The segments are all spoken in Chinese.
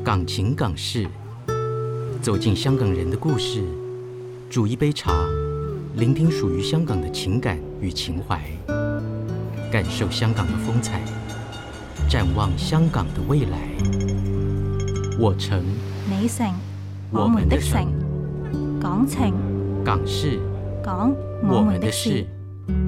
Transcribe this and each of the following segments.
港情港事，走进香港人的故事，煮一杯茶，聆听属于香港的情感与情怀，感受香港的风采，展望香港的未来。我城你城我我們的們的城城，港情港事講我我們的們的事事。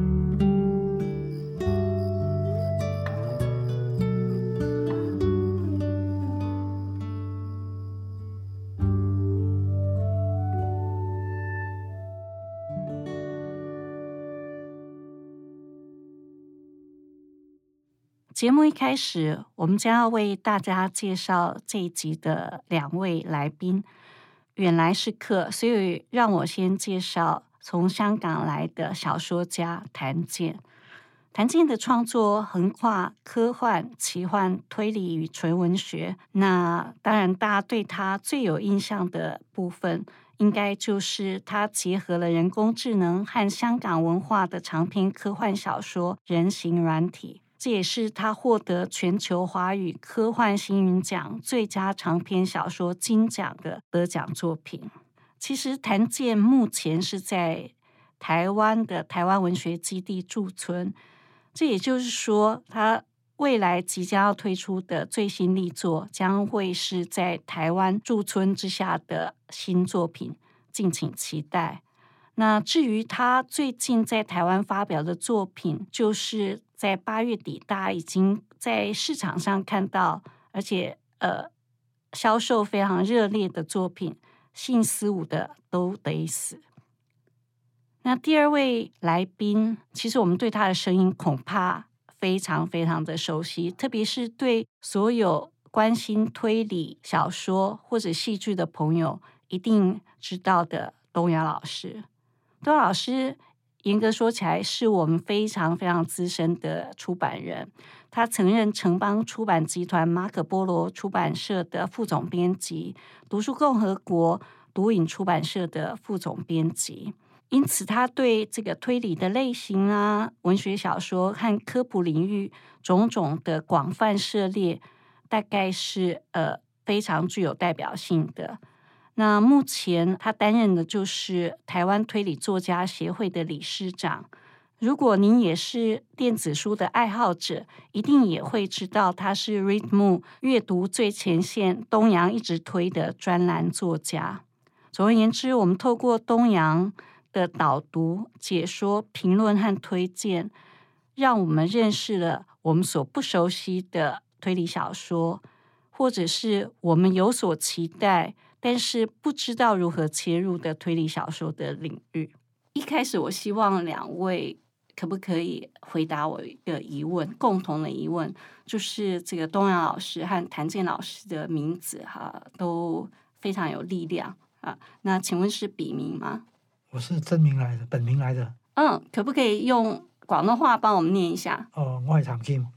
节目一开始，我们将要为大家介绍这一集的两位来宾。远来是客，所以让我先介绍从香港来的小说家谭健。谭健的创作横跨科幻、奇幻、推理与纯文学。那当然，大家对他最有印象的部分，应该就是他结合了人工智能和香港文化的长篇科幻小说《人形软体》。这也是他获得全球华语科幻星云奖最佳长篇小说金奖的得奖作品。其实谭健目前是在台湾的台湾文学基地驻村，这也就是说，他未来即将要推出的最新力作将会是在台湾驻村之下的新作品，敬请期待。那至于他最近在台湾发表的作品，就是在8月底大家已经在市场上看到，而且销售非常热烈的作品《姓司武的都得死》。那第二位来宾，其实我们对他的声音恐怕非常非常的熟悉，特别是对所有关心推理小说或者戏剧的朋友一定知道的东阳老师。东阳老师严格说起来是我们非常非常资深的出版人，他曾任城邦出版集团马可波罗出版社的副总编辑，读书共和国读影出版社的副总编辑。因此他对这个推理的类型啊、文学小说和科普领域种种的广泛涉猎，大概是非常具有代表性的。那目前他担任的就是台湾推理作家协会的理事长。如果您也是电子书的爱好者，一定也会知道他是 Readmoo 阅读最前线东阳一直推的专栏作家。总而言之，我们透过东阳的导读、解说、评论和推荐，让我们认识了我们所不熟悉的推理小说，或者是我们有所期待但是不知道如何切入的推理小说的领域。一开始我希望两位可不可以回答我一个疑问，共同的疑问，就是这个东阳老师和谭健老师的名字都非常有力量啊。那请问是笔名吗？ 我是真名来的，本名来的。 可不可以用广东话帮我们念一下？ 我係譚健。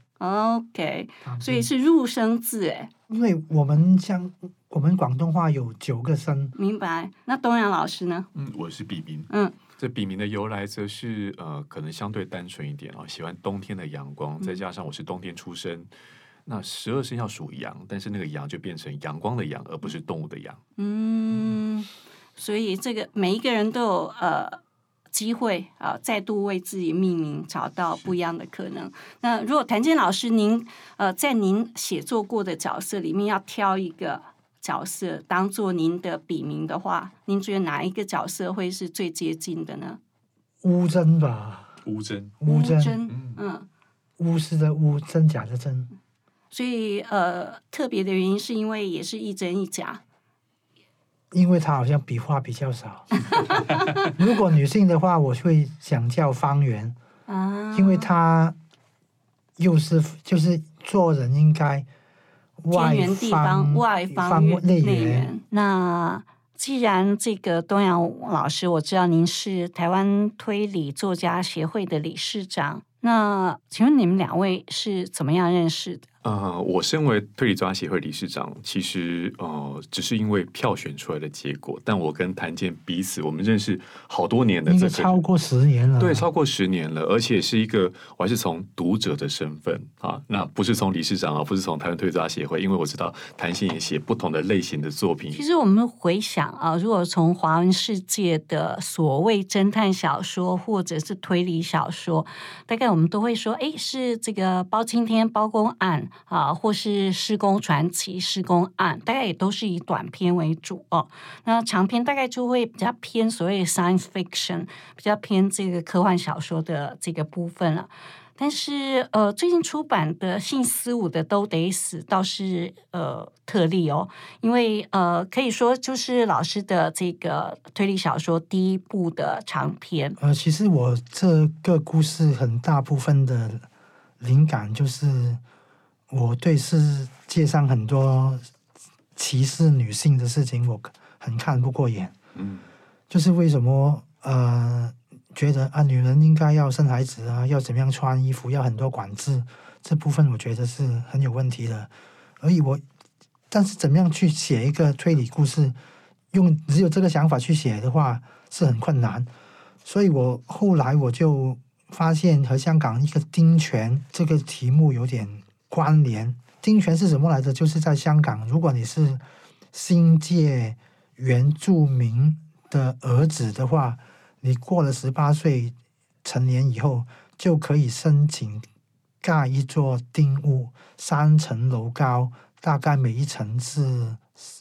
OK， 所以是入聲字誒。 因為我們廣東話有9個聲。 明白。那東陽老師呢？ 我是筆名。這筆名的由來則是可能相對單純一點喜歡冬天的陽光，再加上我是冬天出生，那12生肖屬陽，但是那個陽就變成陽光的陽，而不是動物的陽。 所以這個每一個人都有機會再度為自己命名，找到不一樣的可能。那如果譚健老師您在您寫作過的角色裡面要挑一個角色當做您的筆名的話，您覺得哪一個角色會是最接近的呢？ 烏真吧。 烏真。 烏是的烏，真假的真。 所以特別的原因是因為也是一真一假。 因為他好像筆畫比較少。如果女性的話，我會想叫方圓，因為他就是做人應該天圓地方，外方內圓。那既然這個東陽老師，我知道您是台灣推理作家協會的理事長，那請問你們兩位是怎麼樣認識的？ 我身为推理作家协会理事长，其实只是因为票选出来的结果，但我跟谭健彼此我们认识好多年了， 应该超过10年了。 对，超过10年了，而且是一个我还是从读者的身份啊，那不是从理事长啊，不是从台湾推理作家协会，因为我知道谭健也写不同的类型的作品。 其实我们回想啊，如果从华文世界的所谓侦探小说或者是推理小说，大概我们都会说，哎，是这个包青天包公案啊，或是施工传奇施工案，大概也都是以短篇为主哦。那长篇大概就会比较偏所谓 science fiction， 比较偏这个科幻小说的这个部分了。但是最近出版的信思武的都得死倒是特例哦，因为可以说就是老师的这个推理小说第一部的长篇。 其实我这个故事很大部分的灵感就是我对世界上很多歧视女性的事情我很看不过眼。就是为什么觉得女人应该要生孩子啊，要怎么样穿衣服，要很多管制，这部分我觉得是很有问题的。但是怎么样去写一个推理故事，只有这个想法去写的话是很困难。所以后来我就发现和香港一个丁权这个题目有点关联。丁权是什么来着？就是在香港，如果你是新界原住民的儿子的话，你过了18岁成年以后，就可以申请盖一座丁屋，3层楼高，大概每一层是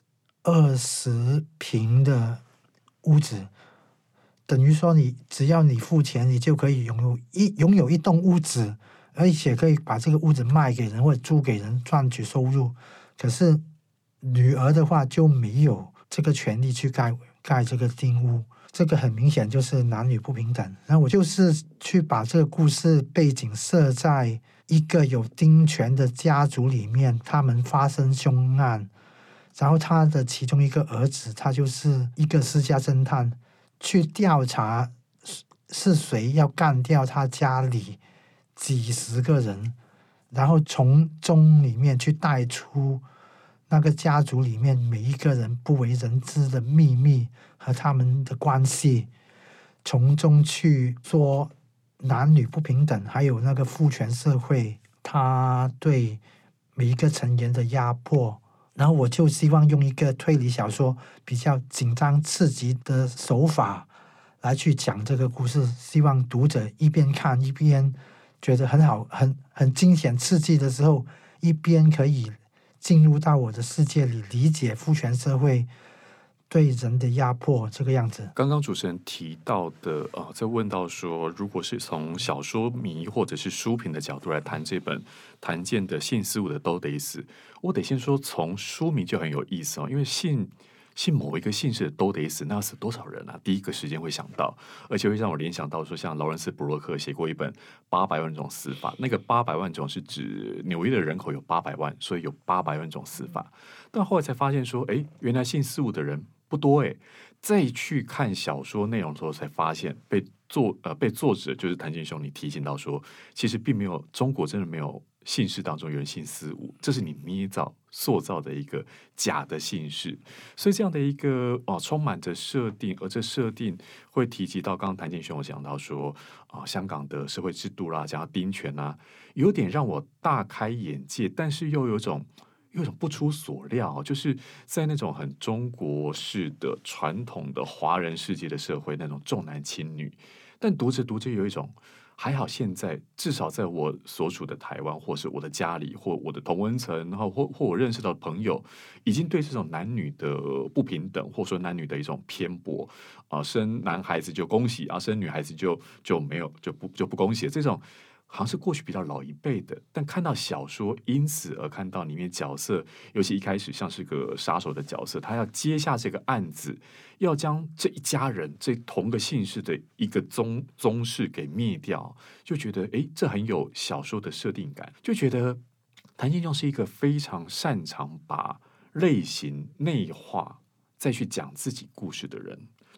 20平的屋子。等于说只要你付钱，你就可以拥有一栋屋子，而且可以把这个屋子卖给人或者租给人赚取收入。可是女儿的话就没有这个权利去盖这个丁屋。这个很明显就是男女不平等。然后我就是去把这个故事背景设在一个有丁权的家族里面，他们发生凶案，然后他的其中一个儿子，他就是一个私家侦探，去调查是谁要干掉他家里几十个人，然后从中里面去带出那个家族里面每一个人不为人知的秘密和他们的关系，从中去说男女不平等，还有那个父权社会他对每一个成员的压迫。然后我就希望用一个推理小说比较紧张刺激的手法来去讲这个故事，希望读者一边看一边觉得很好，很惊险刺激的时候，一边可以进入到我的世界里，理解父权社会对人的压迫这个样子。 刚刚主持人提到的在问到说，如果是从小说迷或者是书评的角度来谈这本谭健的信思武的都得死，我得先说从书名就很有意思因为信某一个姓氏的都得死，那要死多少人啊？第一个时间会想到，而且会让我联想到说，像劳伦斯·布洛克写过一本800万种死法，那个800万种是指纽约的人口有800万，所以有800万种死法。但后来才发现说，原来信思武的人不多再去看小说内容的时候，才发现被作者就是谭健兄你提醒到说，其实并没有中国真的没有姓氏当中有人姓思武，这是你捏造塑造的一个假的姓氏。所以这样的一个充满着设定，而这设定会提及到刚刚谭健兄有讲到说香港的社会制度啦，讲到丁权啊，有点让我大开眼界，但是又有一种不出所料，就是在那种很中国式的传统的华人世界的社会，那种重男轻女，但读着读着有一种还好，现在至少在我所处的台湾，或是我的家里，或我的同温层，然后或我认识到的朋友，已经对这种男女的不平等，或者说男女的一种偏颇生男孩子就恭喜生女孩子就没有就不恭喜，这种好像是过去比较老一辈的，但看到小说，因此而看到里面角色，尤其一开始像是个杀手的角色，他要接下这个案子，要将这一家人这同个姓氏的一个宗室给灭掉，就觉得这很有小说的设定感，就觉得谭健兄是一个非常擅长把类型内化再去讲自己故事的人。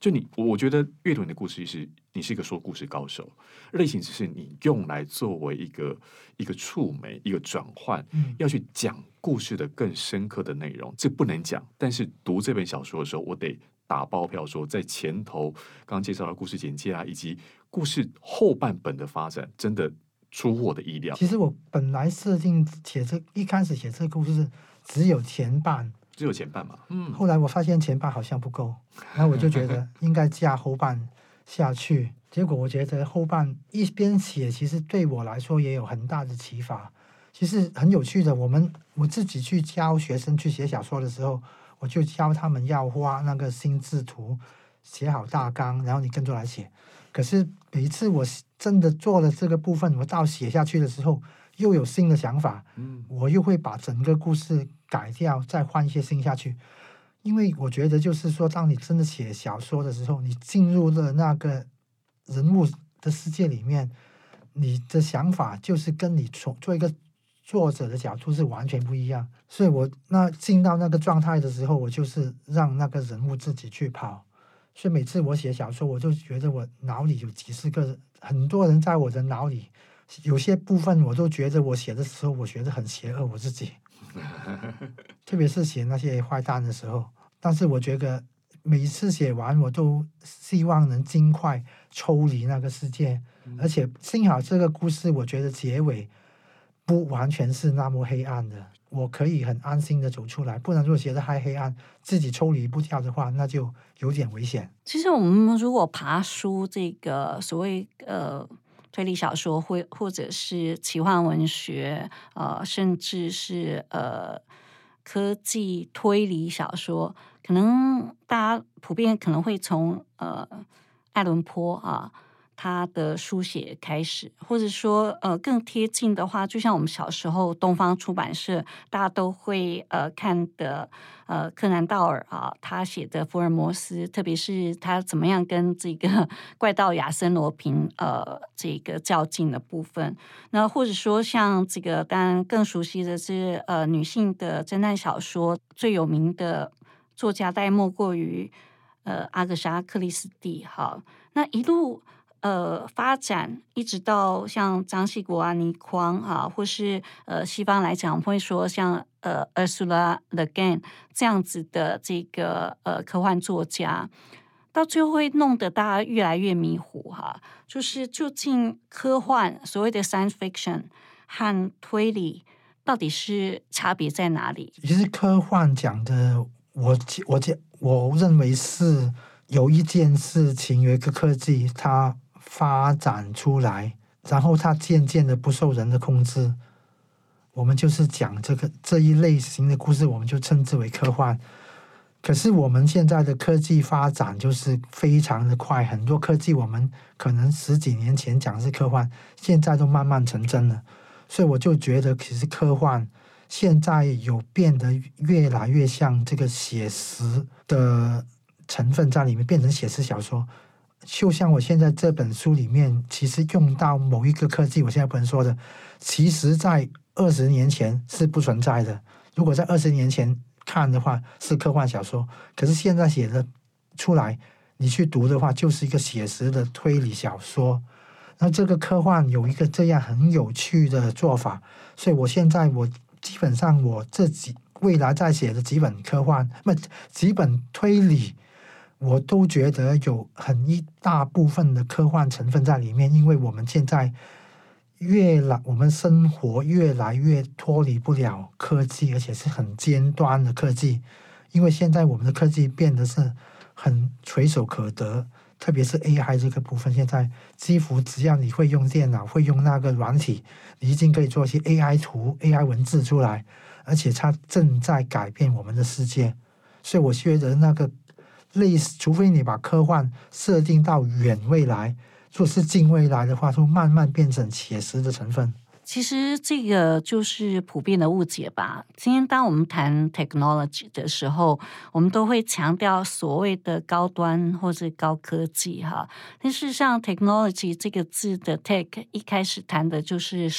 就我觉得阅读你的故事是你是一个说故事高手，类型只是你用来作为一个触媒，一个转换，要去讲故事的更深刻的内容，这不能讲。但是读这本小说的时候，我得打包票说，在前头刚刚介绍的故事简介啊，以及故事后半本的发展，真的出乎我的意料。 其实我本来设定一开始写这个故事只有前半嘛， 后来我发现前半好像不够，然后我就觉得应该加后半下去。结果我觉得后半一边写，其实对我来说也有很大的启发。其实很有趣的，我自己去教学生去写小说的时候，我就教他们要画那个心智图，写好大纲，然后你跟着来写。可是每一次我真的做了这个部分，我到写下去的时候，又有新的想法，我又会把整个故事改掉，再换一些新下去。因为我觉得就是说，当你真的写小说的时候，你进入了那个人物的世界里面，你的想法就是跟你做一个作者的角度是完全不一样。所以我进到那个状态的时候，我就是让那个人物自己去跑。所以每次我写小说，我就觉得我脑里有几十个，很多人在我的脑里，有些部分我都觉得我写的时候，我觉得很邪恶我自己，特别是写那些坏蛋的时候。但是我觉得每一次写完，我都希望能尽快抽离那个世界，而且幸好这个故事，我觉得结尾不完全是那么黑暗的，我可以很安心的走出来。不然如果写得太黑暗，自己抽离不掉的话，那就有点危险。 其实我们如果爬书这个所谓推理小说，或者是奇幻文学，甚至是科技推理小说，可能大家普遍可能会从爱伦坡啊他的书写开始，或者说更贴近的话，就像我们小时候东方出版社大家都会看的柯南道尔啊，他写的福尔摩斯，特别是他怎么样跟这个怪盗亚森罗平这个较劲的部分。那或者说像这个当然更熟悉的是女性的侦探小说，最有名的作家大概莫过于阿格莎克里斯蒂。好，那一路发展一直到像张系国啊、倪匡啊，或是西方来讲会说像Ursula Le Guin 这样子的这个科幻作家，到最后会弄得大家越来越迷糊哈。就是究竟科幻所谓的 science fiction 和推理到底是差别在哪里？ 其实科幻讲的，我认为是有一件事情，有一个科技它发展出来，然后它渐渐的不受人的控制，我们就是讲这一类型的故事，我们就称之为科幻。可是我们现在的科技发展就是非常的快，很多科技我们可能10几年前讲是科幻，现在都慢慢成真了。所以我就觉得其实科幻现在有变得越来越像这个写实的成分在里面，变成写实小说。就像我现在这本书里面，其实用到某一个科技，我现在不能说的，其实在20年前是不存在的。如果在20年前看的话，是科幻小说，可是现在写的出来，你去读的话，就是一个写实的推理小说。那这个科幻有一个这样很有趣的做法，所以我基本上未来在写的几本科幻，几本推理，我都觉得有一大部分的科幻成分在里面。因为我们现在我们生活越来越脱离不了科技，而且是很尖端的科技。因为现在我们的科技变得是很垂手可得，特别是 AI 这个部分，现在几乎只要你会用电脑，会用那个软体，你已经可以做一些 AI 图、AI 文字出来，而且它正在改变我们的世界。所以我觉得那个类似，除非你把科幻设定到远未来，如果是近未来的话，就慢慢变成写实的成分。 其实这个就是普遍的误解吧。今天当我们谈 technology 的时候，我们都会强调所谓的高端或者高科技哈。但事实上 technology 这个字的 tech 一开始谈的就是手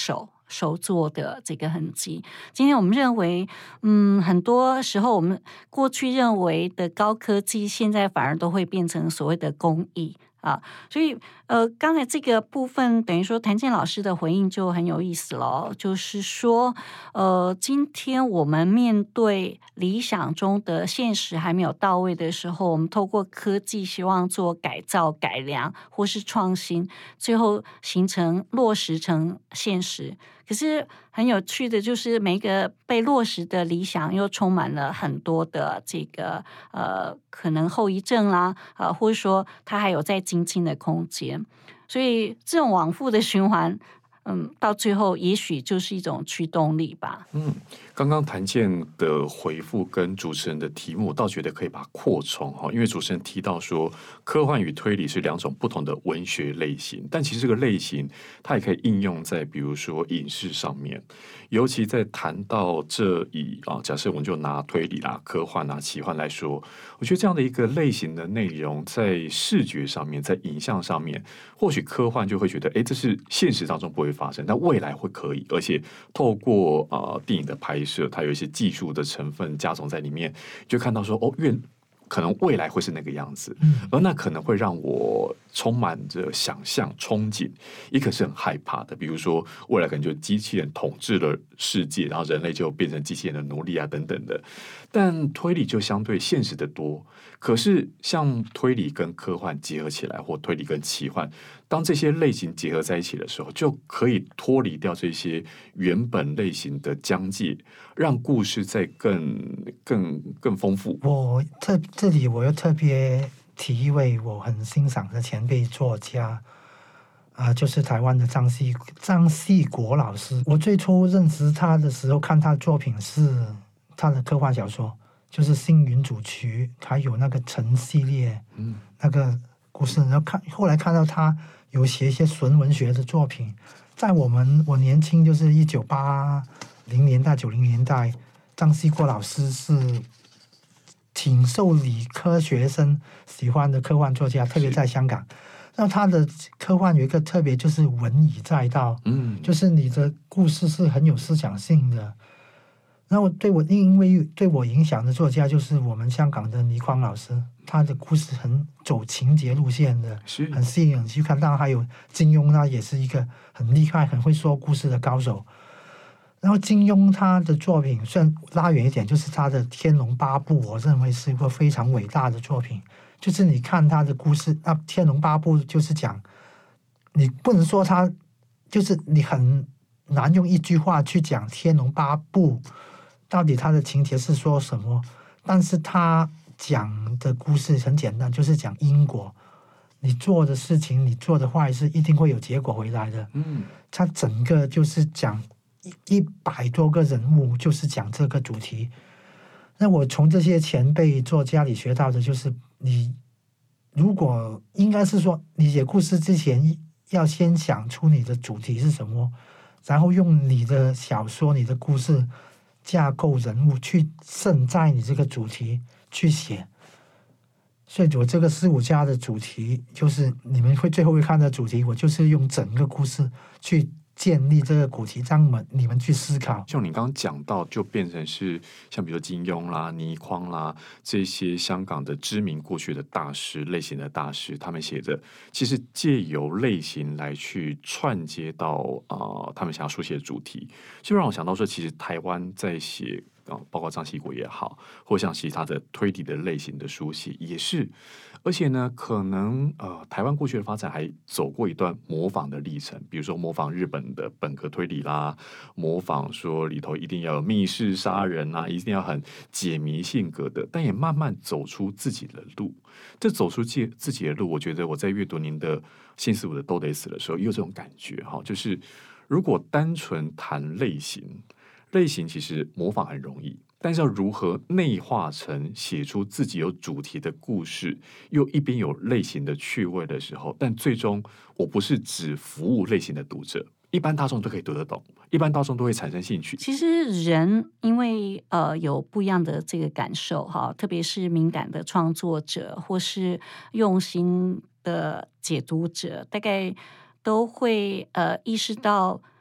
手作的这个痕迹。今天我们认为，很多时候我们过去认为的高科技，现在反而都会变成所谓的工艺啊。所以刚才这个部分等于说谭健老师的回应就很有意思了，就是说今天我们面对理想中的现实还没有到位的时候，我们透过科技希望做改造改良或是创新，最后形成落实成现实。可是很有趣的就是每一个被落实的理想又充满了很多的这个可能后遗症啦，或者说它还有在精进的空间。所以这种往复的循环，到最后也许就是一种驱动力吧。 刚刚谭健的回复跟主持人的题目，我倒觉得可以把它扩充哈，因为主持人提到说，科幻与推理是两种不同的文学类型，但其实这个类型它也可以应用在比如说影视上面，尤其在谈到假设我们就拿推理啦、科幻啊、奇幻来说，我觉得这样的一个类型的内容，在视觉上面、在影像上面，或许科幻就会觉得，这是现实当中不会发生，但未来会可以，而且透过电影的拍摄，它有一些技术的成分加总在里面，就看到说可能未来会是那个样子，而那可能会让我充满着想象、憧憬，也可是很害怕的。比如说，未来可能就机器人统治了世界，然后人类就变成机器人的奴隶啊，等等的。但推理就相对现实的多。可是，像推理跟科幻结合起来，或推理跟奇幻，当这些类型结合在一起的时候，就可以脱离掉这些原本类型的疆界，让故事再更丰富。 这里我又特别提一位我很欣赏的前辈作家，就是台湾的张系国老师。我最初认识他的时候，看他的作品是他的科幻小说，就是《星云主曲》，还有那个《陈》系列，那个故事。然后后来看到他有写一些纯文学的作品，在我年轻就是1980年代、90年代，张系国老师是挺受理科学生喜欢的科幻作家，特别在香港。那他的科幻有一个特别，就是文以载道，就是你的故事是很有思想性的。然后因为对我影响的作家就是我们香港的倪匡老师，他的故事很走情节路线的，很吸引人去看。当然还有金庸，他也是一个很厉害、很会说故事的高手。然后金庸他的作品，虽然拉远一点，就是他的《天龙八部》，我认为是一个非常伟大的作品。就是你看他的故事，那《天龙八部》就是讲，你不能说他，就是你很难用一句话去讲《天龙八部》到底他的情节是说什么。但是他讲的故事很简单，就是讲因果，你做的事情，你做的坏事，一定会有结果回来的。他整个就是讲100多个人物，就是讲这个主题。那我从这些前辈作家里学到的就是，你如果应该是说，你写故事之前要先想出你的主题是什么，然后用你的小说、你的故事架构人物去胜在你这个主题去写。所以我这个45家的主题，就是你们最后会看的主题，我就是用整个故事去建立这个主题，让你们去思考。 像你刚刚讲到，就变成是像比如说金庸啦、倪匡啦这些香港的知名过去的大师类型的大师，他们写的其实借由类型来去串接到他们想要书写的主题，就让我想到说，其实台湾在写包括张系国也好，或像其他的推理的类型的书写也是。而且呢，可能台湾过去的发展还走过一段模仿的历程，比如说模仿日本的本格推理啦，模仿说里头一定要有密室杀人啊，一定要很解谜性格的，但也慢慢走出自己的路。这走出自己的路，我觉得我在阅读您的新45的都得死的时候，也有这种感觉哈，就是如果单纯谈类型其实模仿很容易，但是要如何内化成写出自己有主题的故事，又一边有类型的趣味的时候，但最终我不是只服务类型的读者，一般大众都可以读得懂，一般大众都会产生兴趣。 其实人因为有不一样的这个感受哈，特别是敏感的创作者或是用心的解读者，大概都会意识到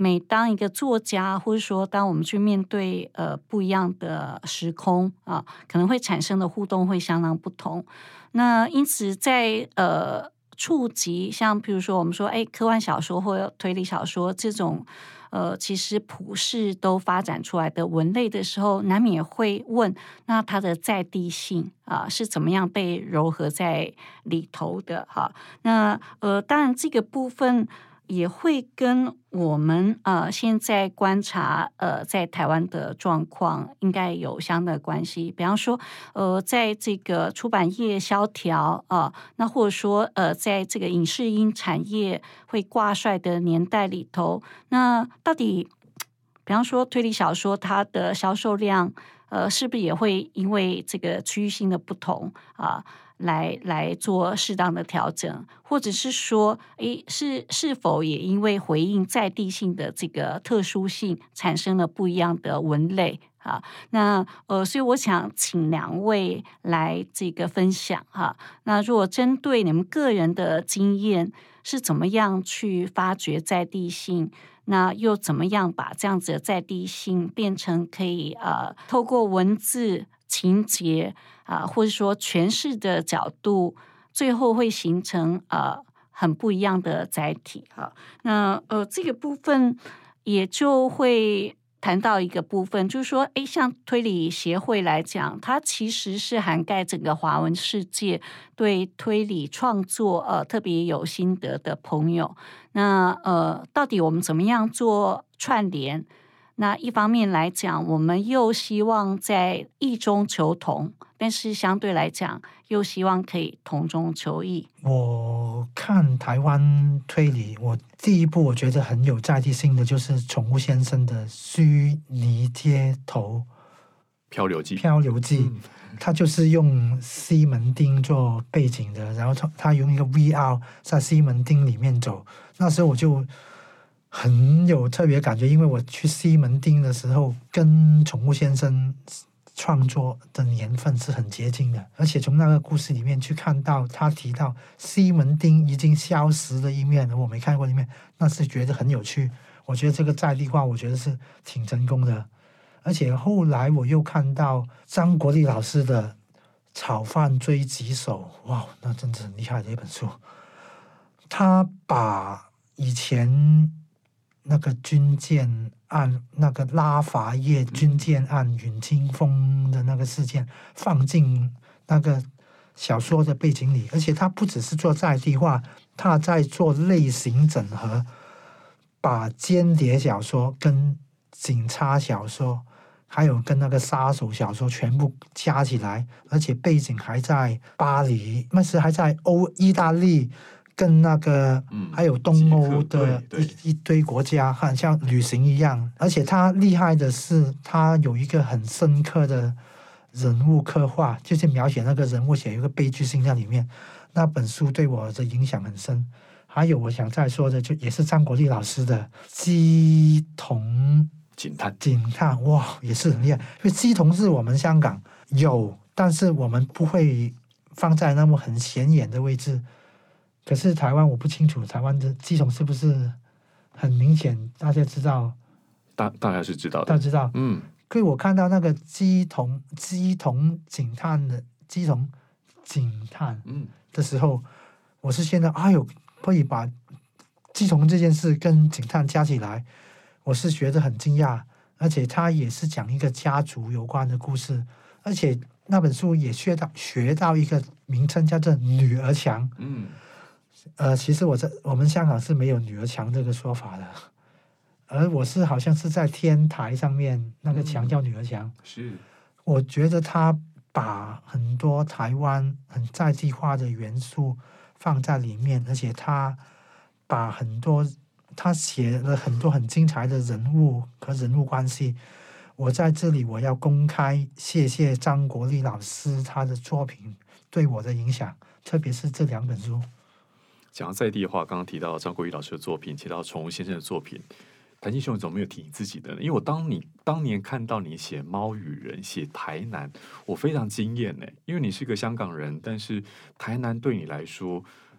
每当一个作家，或者说当我们去面对不一样的时空啊，可能会产生的互动会相当不同。那因此在触及像比如说我们说科幻小说或者推理小说这种其实普世都发展出来的文类的时候，难免也会问，那它的在地性是怎么样被糅合在里头的哈？那当然这个部分也会跟我们现在观察在台湾的状况应该有相当的关系。比方说在这个出版业萧条那或者说在这个影视音产业会挂帅的年代里头，那到底比方说推理小说它的销售量是不是也会因为这个区域性的不同来做适当的调整，或者是说是否也因为回应在地性的这个特殊性产生了不一样的文类那所以我想请两位来这个分享那如果针对你们个人的经验是怎么样去发掘在地性，那又怎么样把这样子的在地性变成可以透过文字情节或者说诠释的角度，最后会形成很不一样的载体那这个部分也就会谈到一个部分，就是说像推理协会来讲，它其实是涵盖整个华文世界对推理创作特别有心得的朋友。那到底我们怎么样做串联？那一方面来讲，我们又希望在异中求同，但是相对来讲又希望可以同中求异。 我看台湾推理，我第一部我觉得很有在地性的就是宠物先生的虚拟街头漂流记， 他就是用西门町做背景的，然后他用一个 VR 在西门町里面走，那时候我就很有特别感觉，因为我去西门町的时候跟宠物先生创作的年份是很接近的，而且从那个故事里面去看到他提到西门町已经消失的一面，我没看过里面，那是觉得很有趣。我觉得这个在地化我觉得是挺成功的。而且后来我又看到张国立老师的《炒饭追击手》，哇，那真的很厉害的一本书。他把以前那个军舰案，那个拉法叶军舰案尹清风的那个事件放进那个小说的背景里，而且他不只是做在地化，他在做类型整合，把间谍小说跟警察小说还有跟那个杀手小说全部加起来，而且背景还在巴黎，那时还在意大利跟那个还有东欧的一堆国家，很像旅行一样。而且他厉害的是，他有一个很深刻的人物刻画，就是描写那个人物，写一个悲剧性在里面。那本书对我的影响很深。还有我想再说的，就也是张国立老师的鸡同警探，哇，也是很厉害。因为鸡同是我们香港有，但是我们不会放在那么很显眼的位置。可是台湾我不清楚，台湾的鸡同是不是很明显？大家知道？ 大概是知道的， 大家知道。所以我看到那个鸡同警探的鸡同警探的时候，我是现在可以把鸡同这件事跟警探加起来，我是觉得很惊讶。而且他也是讲一个家族有关的故事，而且那本书也学到一个名称叫做女儿墙。其实我们香港是没有女儿墙这个说法的，而我是好像是在天台上面那个墙叫女儿墙。 是，我觉得他把很多台湾很在地化的元素放在里面，而且他写了很多很精彩的人物和人物关系。我在这里我要公开谢谢张国立老师他的作品对我的影响，特别是这2本书。 讲到在地化，刚刚提到张国立老师的作品，提到宠物先生的作品，谭金雄怎么没有提你自己的呢？因为我当年看到你写猫与人，写台南，我非常惊艳呢。因为你是个香港人，但是台南对你来说，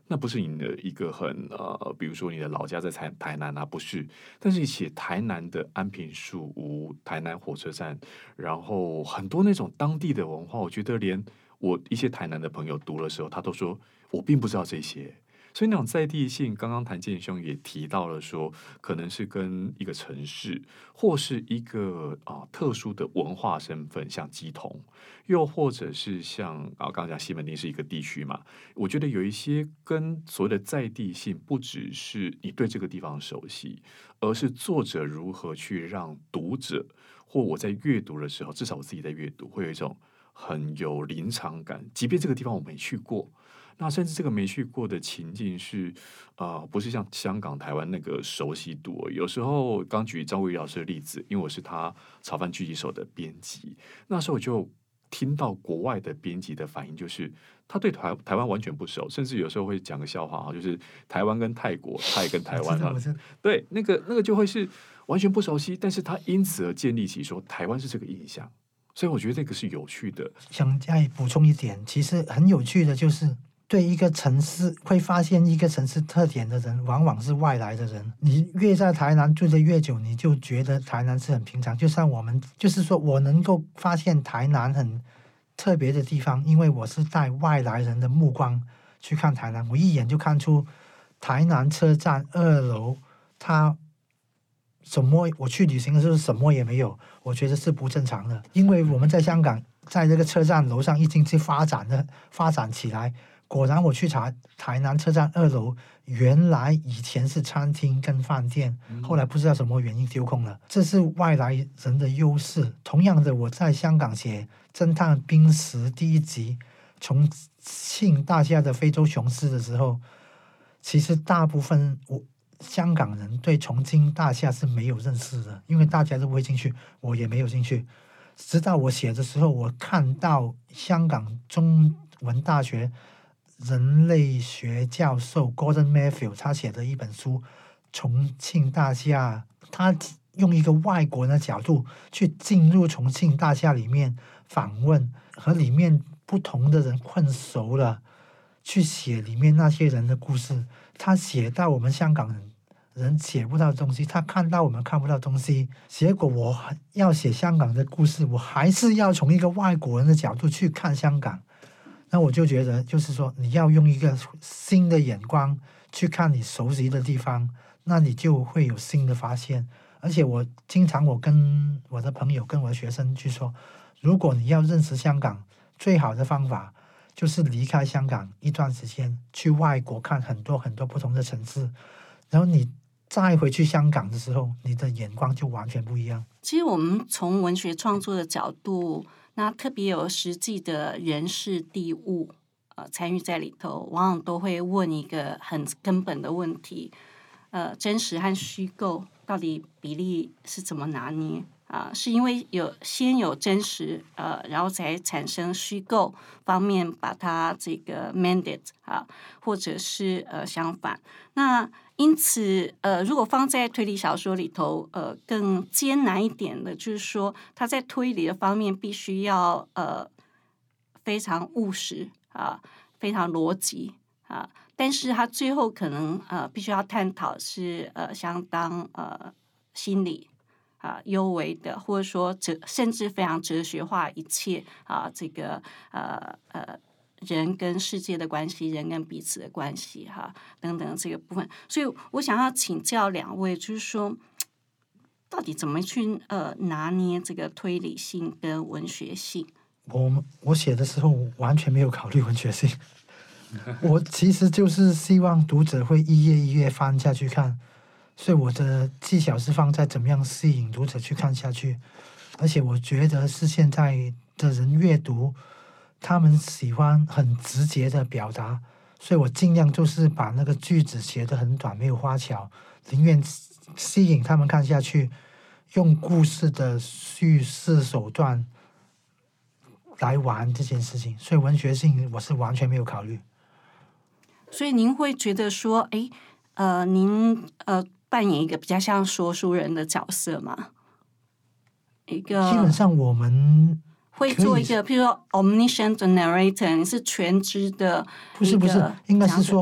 那不是你的一个很比如说你的老家在台南啊，不是，但是写台南的安平树屋、台南火车站，然后很多那种当地的文化，我觉得连我一些台南的朋友读的时候，他都说我并不知道这些。所以那种在地性，刚刚谭健兄也提到了说，可能是跟一个城市或是一个特殊的文化身份，像基隆，又或者是像刚刚讲西门町是一个地区嘛，我觉得有一些跟所谓的在地性，不只是你对这个地方熟悉，而是作者如何去让读者或我在阅读的时候，至少我自己在阅读，会有一种很有临场感，即便这个地方我没去过。那甚至这个没去过的情境是，不是像香港、台湾那个熟悉度。有时候刚举张伟老师的例子，因为我是他炒饭狙击手的编辑，那时候我就听到国外的编辑的反应，就是他对台湾完全不熟，甚至有时候会讲个笑话就是台湾跟泰国，泰跟台湾对，那个就会是完全不熟悉，但是他因此而建立起说台湾是这个印象，所以我觉得这个是有趣的。 想再补充一点，其实很有趣的就是。对一个城市会发现一个城市特点的人，往往是外来的人。你越在台南住得越久，你就觉得台南是很平常。就像我们，就是说我能够发现台南很特别的地方，因为我是带外来人的目光去看台南，我一眼就看出台南车站2楼，它什么？我去旅行的时候什么也没有，我觉得是不正常的。因为我们在香港，在这个车站楼上已经是发展起来。果然我去查台南车站2楼，原来以前是餐厅跟饭店，后来不知道什么原因丢空了，这是外来人的优势。同样的，我在香港写侦探冰石第1集重庆大厦的非洲雄狮的时候，其实大部分香港人对重庆大厦是没有认识的，因为大家都不会进去，我也没有进去。直到我写的时候，我看到香港中文大学人类学教授 Gordon Mayfield 他写的一本书《重庆大厦》，他用一个外国人的角度去进入重庆大厦里面访问，和里面不同的人混熟了，去写里面那些人的故事。他写到我们香港人写不到的东西，他看到我们看不到的东西。结果我要写香港的故事，我还是要从一个外国人的角度去看香港。那我就觉得，就是说，你要用一个新的眼光去看你熟悉的地方，那你就会有新的发现。而且我跟我的朋友、跟我的学生去说，如果你要认识香港，最好的方法就是离开香港一段时间，去外国看很多很多不同的城市，然后你再回去香港的时候，你的眼光就完全不一样。 其实我们从文学创作的角度，那特别有实际的人事地物参与在里头，往往都会问一个很根本的问题，真实和虚构到底比例是怎么拿捏是因为先有真实然后才产生虚构方面把它这个 mandate 或者是相反。那因此如果放在推理小说里头更艰难一点的就是说它在推理的方面必须要非常务实非常逻辑但是它最后可能必须要探讨是相当心理幽微的，或者说甚至非常哲学化一切这个人跟世界的关系，人跟彼此的关系等等这个部分。所以我想要请教两位，就是说到底怎么去拿捏这个推理性跟文学性？ 我写的时候完全没有考虑文学性我其实就是希望读者会一页一页翻下去看，所以我的技巧是放在怎么样吸引读者去看下去。而且我觉得是现在的人阅读他们喜欢很直接的表达，所以我尽量就是把那个句子写得很短，没有花巧，宁愿吸引他们看下去，用故事的叙事手段来玩这件事情。所以文学性我是完全没有考虑。 所以您会觉得说您扮演一个比较像说书人的角色吗？一个基本上我们会做一个譬如说 omniscient narrator， 你是全知的。 不是应该是说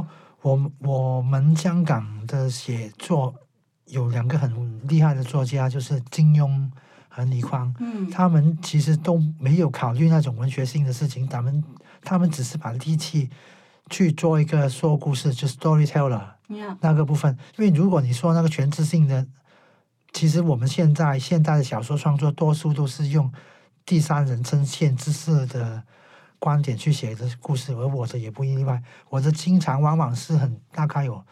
我们香港的写作有2个很厉害的作家，就是金庸和倪匡。他们其实都没有考虑那种文学性的事情，他们只是把力气去做一个说故事，就是 storyteller 那个部分。因为如果你说那个全知性的，其实我们现在的小说创作多数都是用第三人称限知识的观点去写的故事，而我的也不例外。我的经常往往是大概有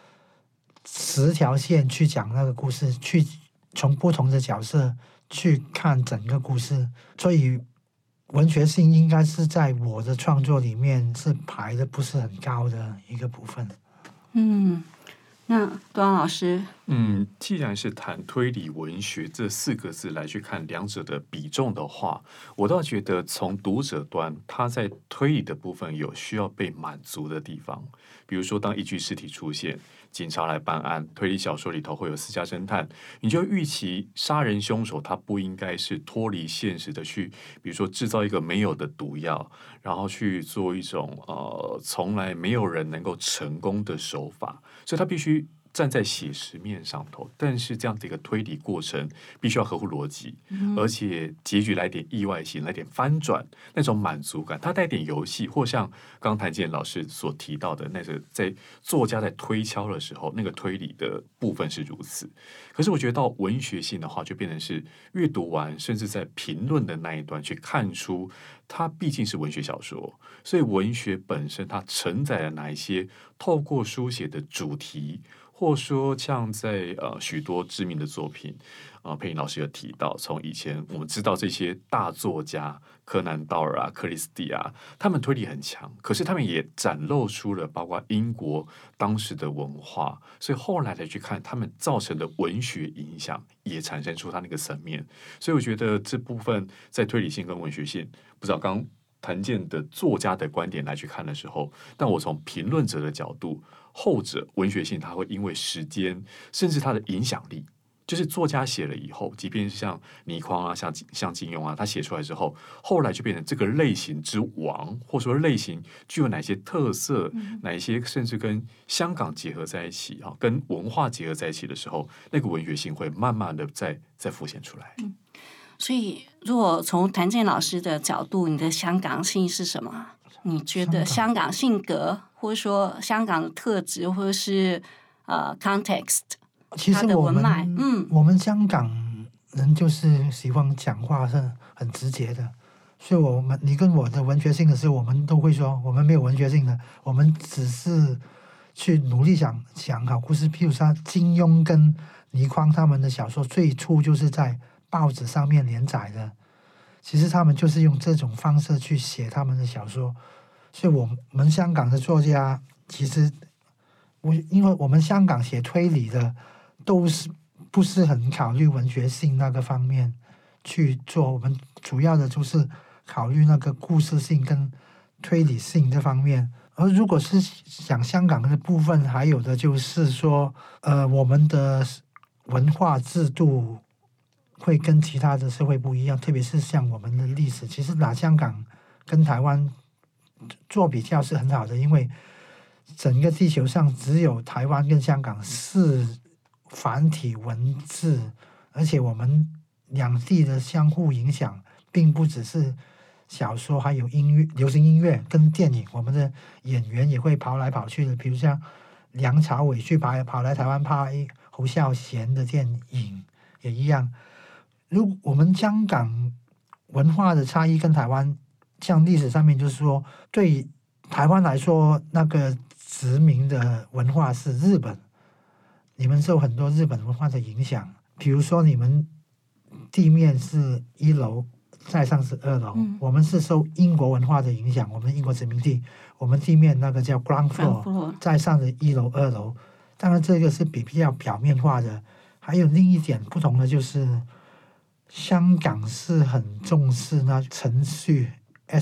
10条线去讲那个故事，去从不同的角色去看整个故事，所以文学性应该是在我的创作里面是排的不是很高的一个部分。 那多安老师， 既然是谈推理文学这4个字来去看两者的比重的话，我倒觉得从读者端，他在推理的部分有需要被满足的地方。比如说，当一具尸体出现，警察来办案，推理小说里头会有私家侦探，你就预期杀人凶手他不应该是脱离现实的去，比如说制造一个没有的毒药，然后去做一种从来没有人能够成功的手法，所以他必须站在写实面上头，但是这样的一个推理过程必须要合乎逻辑，而且结局来点意外性，来点翻转，那种满足感，它带点游戏，或像刚谭健老师所提到的那个在作家在推敲的时候，那个推理的部分是如此。可是我觉得到文学性的话，就变成是阅读完，甚至在评论的那一段去看出，它毕竟是文学小说，所以文学本身它承载了哪一些透过书写的主题。或说像在许多知名的作品，佩莹老师有提到，从以前我们知道这些大作家柯南道尔啊、克里斯蒂啊，他们推理很强，可是他们也展露出了包括英国当时的文化，所以后来来去看他们造成的文学影响，也产生出他那个层面。所以我觉得这部分在推理性跟文学性，不知道刚谭健的作家的观点来去看的时候，但我从评论者的角度，后者文学性它会因为时间甚至它的影响力，就是作家写了以后，即便是像倪匡啊、像金庸啊，他写出来之后，后来就变成这个类型之王，或者说类型具有哪些特色，哪一些甚至跟香港结合在一起啊，跟文化结合在一起的时候，那个文学性会慢慢的再浮现出来。 所以，如果从谭健老师的角度，你的香港性是什么？你觉得香港性格，或者说香港的特质，或者是context， 其实我们香港人就是喜欢讲话是很直接的，所以你跟我的文学性的事，我们都会说我们没有文学性的，我们只是去努力想好故事。譬如说金庸跟倪匡他们的小说最初就是在报纸上面连载的，其实他们就是用这种方式去写他们的小说。所以我们香港的作家，其实因为我们香港写推理的都是不是很考虑文学性那个方面去做，我们主要的就是考虑那个故事性跟推理性这方面。而如果是讲香港的部分，还有的就是说我们的文化制度会跟其他的社会不一样，特别是像我们的历史，其实拿香港跟台湾做比较是很好的，因为整个地球上只有台湾跟香港是繁体文字，而且我们两地的相互影响并不只是小说，还有音乐、流行音乐跟电影，我们的演员也会跑来跑去的，比如像梁朝伟去跑来台湾拍侯孝贤的电影也一样。我们香港文化的差异跟台湾，像历史上面就是说，对台湾来说，那个殖民的文化是日本，你们受很多日本文化的影响。比如说，你们地面是1楼，再上是2楼，我们是受英国文化的影响，我们英国殖民地，我们地面那个叫 ground floor， 再上的1楼、2楼。当然，这个是比较表面化的。还有另一点不同的就是，香港是很重视那程序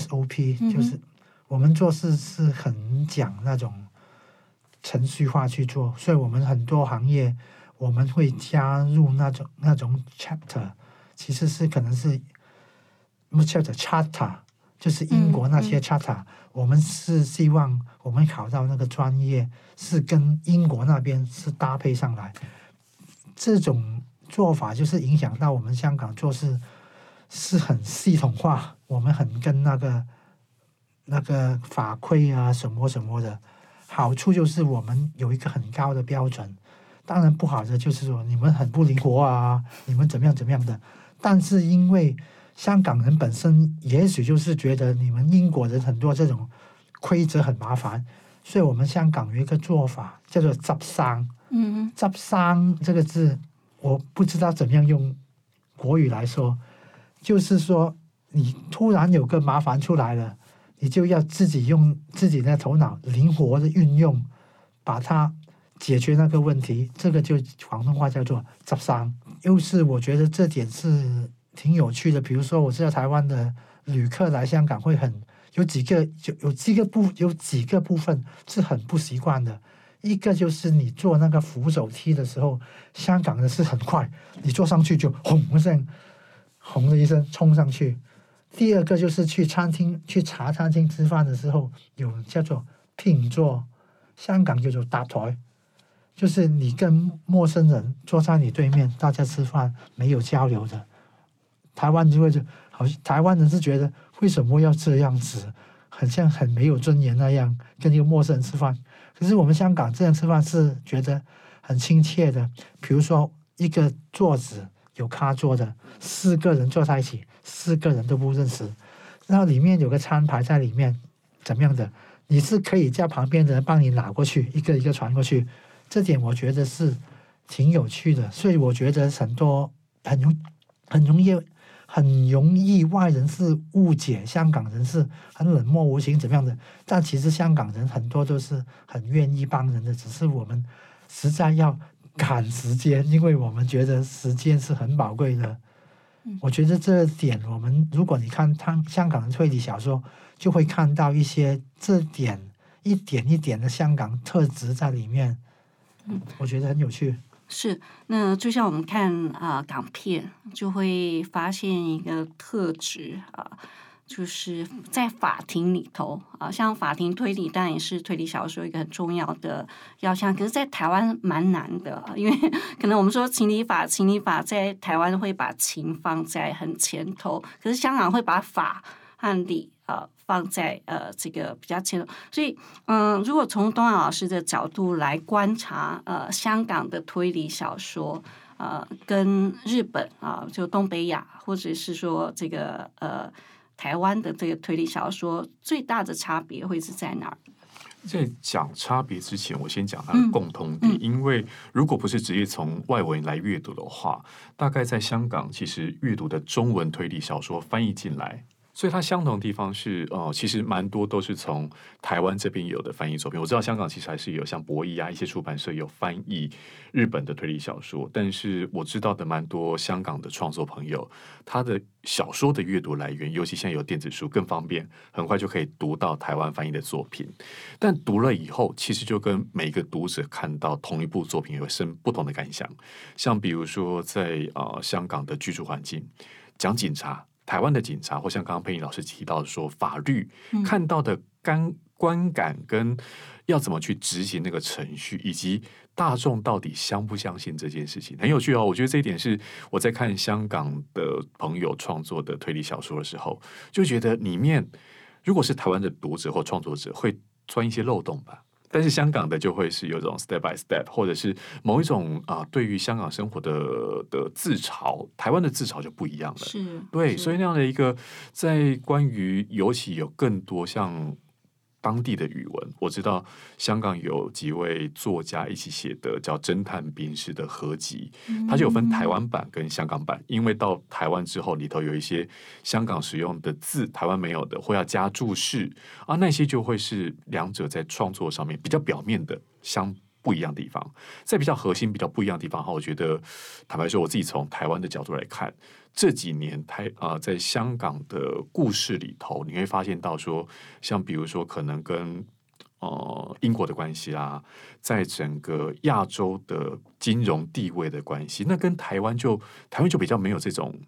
SOP， 就是我们做事是很讲那种程序化去做，所以我们很多行业我们会加入那种 chapter， 其实是可能是 chapter charter， 就是英国那些 charter，我们是希望我们考到那个专业是跟英国那边是搭配上来，这种做法就是影响到我们香港做事是很系统化，我们很跟那个法规啊什么什么的。好处就是我们有一个很高的标准，当然不好的就是说你们很不灵活啊，你们怎么样怎么样的。但是因为香港人本身也许就是觉得你们英国人很多这种规则很麻烦，所以我们香港有一个做法叫做執生。執生这个字我不知道怎么样用国语来说，就是说你突然有个麻烦出来了，你就要自己用自己的头脑灵活的运用，把它解决那个问题。这个就广东话叫做執生。又是我觉得这点是挺有趣的。比如说我知道台湾的旅客来香港会有几个部分是很不习惯的。一个就是你坐那个扶手梯的时候，香港的是很快，你坐上去就轰的一声冲上去。第二个就是去茶餐厅吃饭的时候，有叫做拼桌，香港叫做搭台，就是你跟陌生人坐在你对面，大家吃饭没有交流的。台湾台湾人是觉得为什么要这样子，很像很没有尊严那样跟一个陌生人吃饭。可是我们香港这样吃饭是觉得很亲切的。比如说一个桌子有咖桌的，4个人坐在一起，4个人都不认识，然后里面有个餐牌在里面，怎么样的，你是可以叫旁边的人帮你拿过去，一个一个传过去。这点我觉得是挺有趣的。所以我觉得很多很容易外人是误解香港人是很冷漠无情怎么样的，但其实香港人很多都是很愿意帮人的，只是我们实在要赶时间，因为我们觉得时间是很宝贵的。我觉得这点我们如果你看香港的推理小说，就会看到一些这点一点一点的香港特质在里面。我觉得很有趣。 是，那就像我们看港片，就会发现一个特质就是在法庭里头像法庭推理当然也是推理小说一个很重要的要项，可是在台湾蛮难的，因为可能我们说情理法在台湾会把情放在很前头，可是香港会把法和理放在这个比较前头。所以如果从东阳老师的角度来观察香港的推理小说跟日本就东北亚或者是说这个台湾的这个推理小说最大的差别会是在哪儿？ 在讲差别之前，我先讲它的共通点。因为如果不是直接从外文来阅读的话，大概在香港其实阅读的中文推理小说翻译进来，所以它相同的地方是其实蛮多都是从台湾这边有的翻译作品。我知道香港其实还是有像博弈一些出版社有翻译日本的推理小说，但是我知道的蛮多香港的创作朋友，他的小说的阅读来源，尤其现在有电子书更方便，很快就可以读到台湾翻译的作品。但读了以后，其实就跟每一个读者看到同一部作品有生不同的感想。像比如说在香港的居住环境，讲警察，台湾的警察，或像刚刚佩妮老师提到的说法律，看到的观感跟要怎么去执行那个程序，以及大众到底相不相信这件事情，很有趣哦。我觉得这一点是我在看香港的朋友创作的推理小说的时候，就觉得里面如果是台湾的读者或创作者会钻一些漏洞吧，但是香港的就会是有一种 step by step， 或者是某一种对于香港生活的自嘲，台湾的自嘲就不一样了。 是， 对，所以那样的一个在关于尤其有更多像当地的语文，我知道香港有几位作家一起写的叫《侦探冰室》的合集，它就有分台湾版跟香港版。因为到台湾之后，里头有一些香港使用的字，台湾没有的，或要加注释那些就会是两者在创作上面比较表面的不一样的地方。在比较核心、比较不一样的地方，我觉得坦白说，我自己从台湾的角度来看，这几年在香港的故事里头，你会发现到说，像比如说可能跟英国的关系啦，在整个亚洲的金融地位的关系，那跟台湾就比较没有这种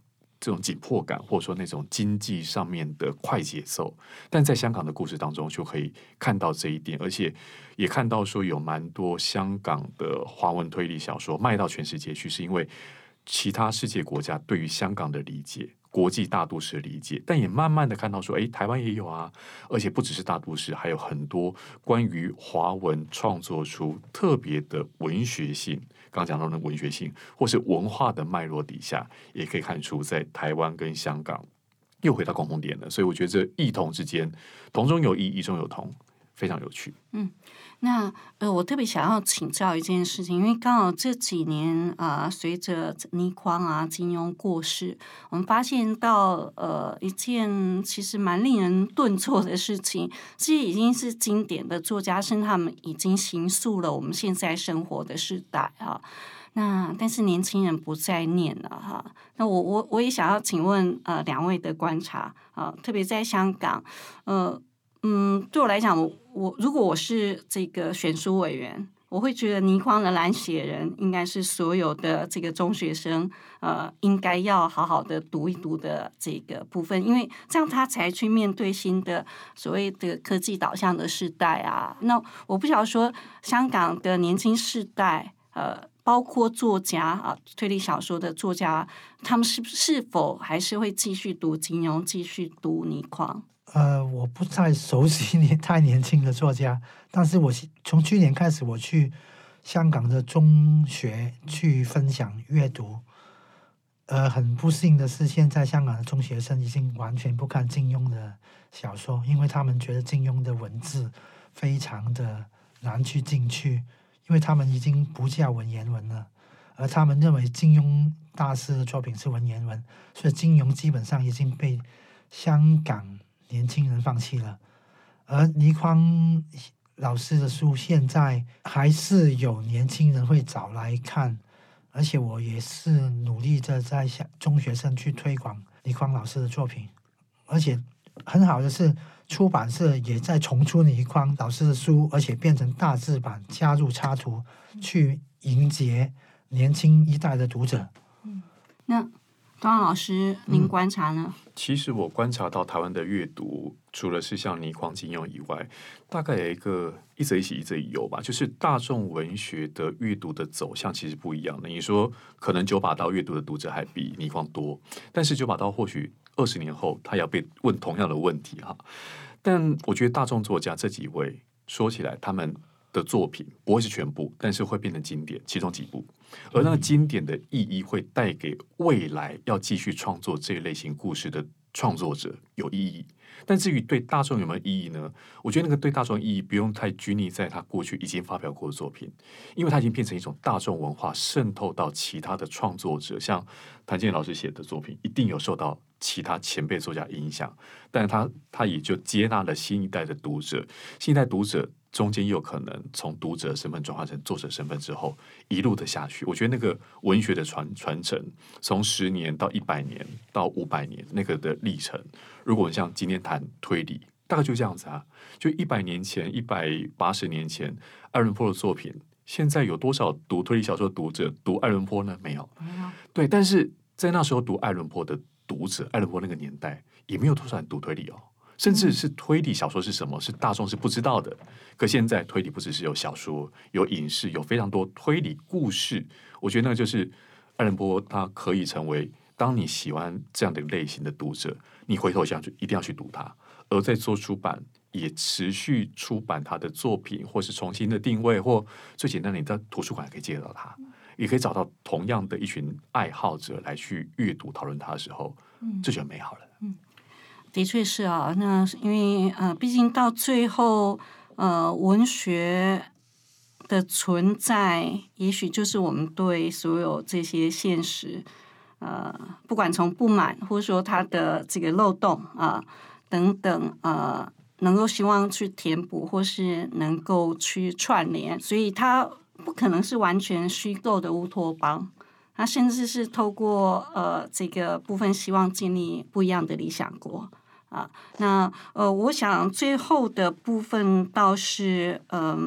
这种紧迫感，或者说那种经济上面的快节奏，但在香港的故事当中就可以看到这一点，而且也看到说有蛮多香港的华文推理小说卖到全世界去，是因为其他世界国家对于香港的理解，国际大都市的理解，但也慢慢的看到说，台湾也有啊，而且不只是大都市，还有很多关于华文创作出特别的文学性，刚讲到的文学性或是文化的脉络底下，也可以看出在台湾跟香港又回到共同点了。所以我觉得这异同之间，同中有异，异中有同，非常有趣。 那我特别想要请教一件事情，因为刚好这几年随着倪匡金庸过世，我们发现到一件其实蛮令人顿挫的事情，这已经是经典的作家，甚至他们已经形塑了我们现在生活的时代那但是年轻人不再念了那我也想要请问两位的观察特别在香港对我来讲，如果我是这个选书委员，我会觉得倪匡的《蓝血人》应该是所有的这个中学生应该要好好的读一读的这个部分，因为这样他才去面对新的所谓的科技导向的时代那我不晓得说香港的年轻世代包括作家推理小说的作家，他们是否还是会继续读金庸，继续读倪匡？ 我不太熟悉太年轻的作家，但是我从去年开始，我去香港的中学去分享阅读。很不幸的是，现在香港的中学生已经完全不看金庸的小说，因为他们觉得金庸的文字非常的难去进去，因为他们已经不叫文言文了，而他们认为金庸大师的作品是文言文，所以金庸基本上已经被香港年轻人放弃了。而倪匡老师的书现在还是有年轻人会找来看，而且我也是努力着在中学生去推广倪匡老师的作品。而且很好的是，出版社也在重出倪匡老师的书，而且变成大字版，加入插图，去迎接年轻一代的读者。 那东汉老师，您观察呢？ 其实我观察到台湾的阅读，除了是像倪匡、金庸以外，大概有一个一则一喜一则一忧吧，就是大众文学的阅读的走向其实不一样的。你说可能九把刀阅读的读者还比倪匡多，但是九把刀或许20年后他要被问同样的问题但我觉得大众作家这几位说起来，他们的作品不会是全部，但是会变成经典，其中几部。而那个经典的意义会带给未来要继续创作这一类型故事的创作者有意义。但至于对大众有没有意义呢？我觉得那个对大众意义不用太拘泥在他过去已经发表过的作品，因为它已经变成一种大众文化，渗透到其他的创作者。像谭健老师写的作品一定有受到其他前辈作家影响，但他也就接纳了新一代的读者，新一代读者中间又可能从读者身份转换成作者身份之后一路的下去。我觉得那个文学的传承，从10年到100年到500年那个的历程，如果像今天谈推理，大概就这样子就100年前、180年前爱伦坡的作品，现在有多少读推理小说的读者读爱伦坡呢？没有。对，但是在那时候读爱伦坡的读者，爱伦坡那个年代也没有多少人读推理甚至是推理小说是什么，是大众是不知道的。可现在推理不只是有小说、有影视，有非常多推理故事。我觉得那就是爱伦坡，他可以成为当你喜欢这样的类型的读者，你回头想就一定要去读它。而在做出版，也持续出版他的作品，或是重新的定位，或最简单的，你在图书馆可以借到它，也可以找到同样的一群爱好者来去阅读讨论它的时候，这就很美好了。 的确是那因为毕竟到最后文学的存在，也许就是我们对所有这些现实不管从不满，或者说它的这个漏洞等等能够希望去填补，或是能够去串联，所以它不可能是完全虚构的乌托邦，它甚至是透过这个部分希望建立不一样的理想国那我想最后的部分倒是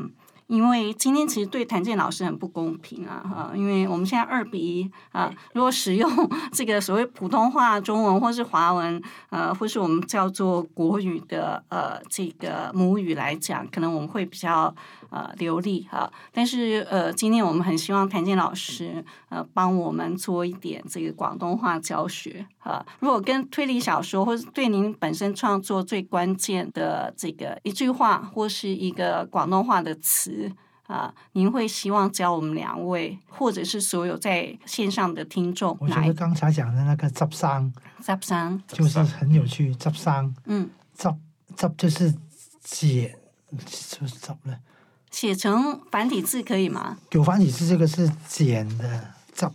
因为今天其实对谭健老师很不公平啊，因为我们现在2:1啊，如果使用这个所谓普通话、中文或是华文，或是我们叫做国语的这个母语来讲，可能我们会比较流利哈。但是今天我们很希望谭健老师帮我们做一点这个广东话教学啊。如果跟推理小说或是对您本身创作最关键的这个一句话或是一个广东话的词您会希望教我们2位，或者是所有在线上的听众？ 我觉得刚才讲的那个執生就是很有趣，執生，執就是剪，就是執了。 写成繁体字可以吗？ 有繁体字，这个是剪的執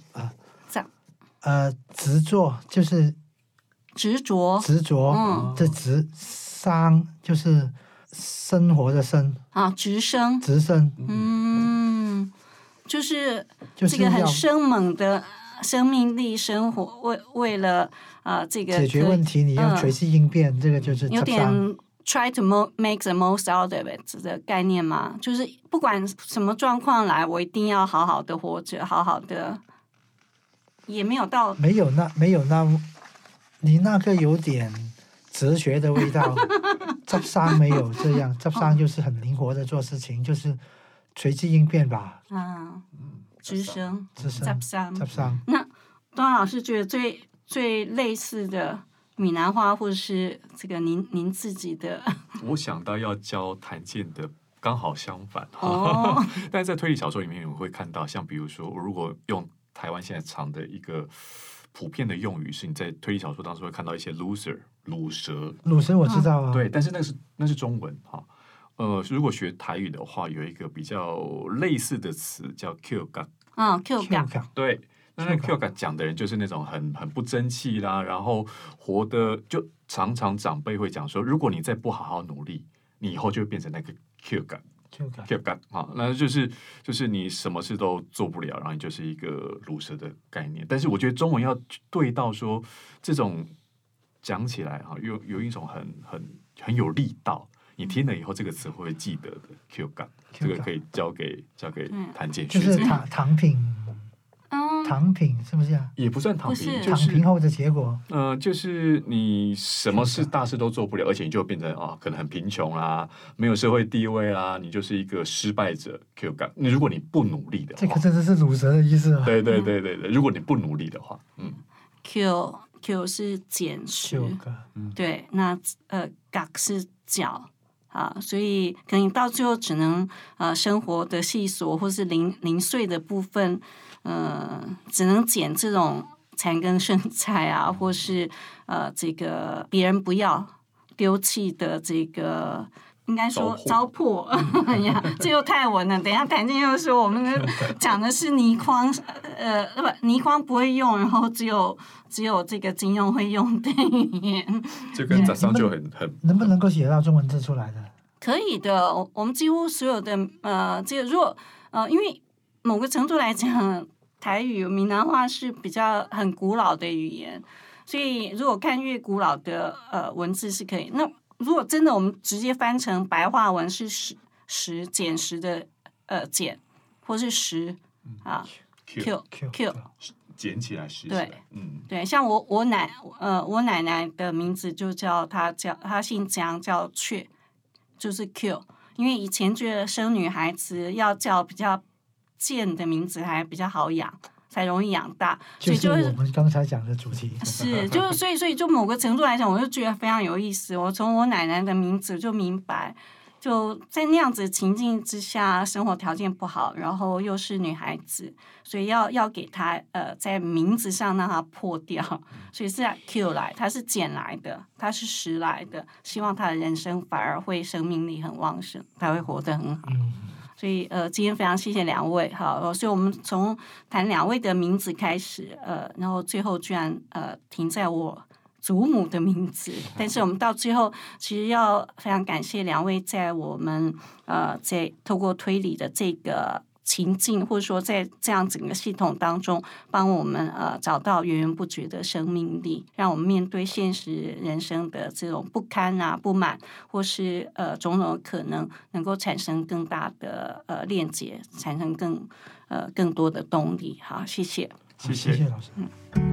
执着就是执着这执，生就是生活的生直升，就是这个很生猛的生命力，生活为了这个解决问题，你要随机应变，这个就是有点 try to make the most out of it 的概念嘛，就是不管什么状况来，我一定要好好的活着，好好的，也没有到没有那，你那个有点哲学的味道。執生没有这样，執生就是很灵活的做事情，就是随机应变吧。 直升， 執生。 那东阳老师觉得最类似的闽南话，或者是这个您自己的， 我想到要教谭健的刚好相反。但是在推理小说里面，我会看到，像比如说，如果用台湾现在常的一个普遍的用语，是你在推理小说当中会看到一些 loser 鲁蛇我知道啊， 对，但是那是中文哈。如果学台语的话，有一个比较类似的词叫 Q 感 ，Q 感， 对，那 Q 感讲的人就是那种很不争气啦，然后活的就常常长辈会讲说，如果你再不好好努力，你以后就会变成那个 Q 感。那就是你什么事都做不了，然后你就是一个鲁蛇的概念。但是我觉得中文要对到说这种讲起来有一种很有力道，你听了以后这个词会记得的 Q 感，这个可以交给谭健学， 就是躺平是不是啊？ 也不算躺平， 就是躺平后的结果。 就是你什么事大事都做不了，而且你就变成可能很贫穷啦，没有社会地位啦，你就是一个失败者。Q 感，如果你不努力的话， 这个真的是鲁蛇的意思啊。 对，如果你不努力的话 ，Q 是捡拾，对，那角是角。所以可能到最后只能生活的细琐或是零碎的部分，只能捡这种残羹剩菜或是这个别人不要丢弃的这个，应该说糟粕。哎呀，这又太文了。等一下谭健又说我们讲的是泥筐，泥筐不会用，然后只有这个金庸会用的语言。 这跟杂商就很能不能够写到中文字出来的？ 可以的，我们几乎所有的这个如果因为某个程度来讲，台语闽南话是比较很古老的语言，所以如果看越古老的文字是可以。那如果真的我们直接翻成白话文是拾捡拾的捡，或是拾Q 捡起来拾起来。对，像我奶奶的名字就叫她姓江，叫雀。就是 Q， 因为以前觉得生女孩子要叫比较贱的名字还比较好养，才容易养大，所以就是我们刚才讲的主题。 是，所以就某个程度来讲，我就觉得非常有意思。我从我奶奶的名字就明白，就在那样子情境之下，生活条件不好，然后又是女孩子，所以要给她在名字上让她破掉，所以是 Q 来，她是捡来的，她是拾来的，希望她的人生反而会生命力很旺盛，她会活得很好。所以今天非常谢谢2位哈，所以我们从谈2位的名字开始，然后最后居然停在我祖母的名字，但是我们到最后其实要非常感谢2位在我们在透过推理的这个情境，或者说在这样整个系统当中，帮我们找到源源不绝的生命力，让我们面对现实人生的这种不堪啊、不满，或是种种可能，能够产生更大的链接，产生更多的动力。好，谢谢， 谢谢老师。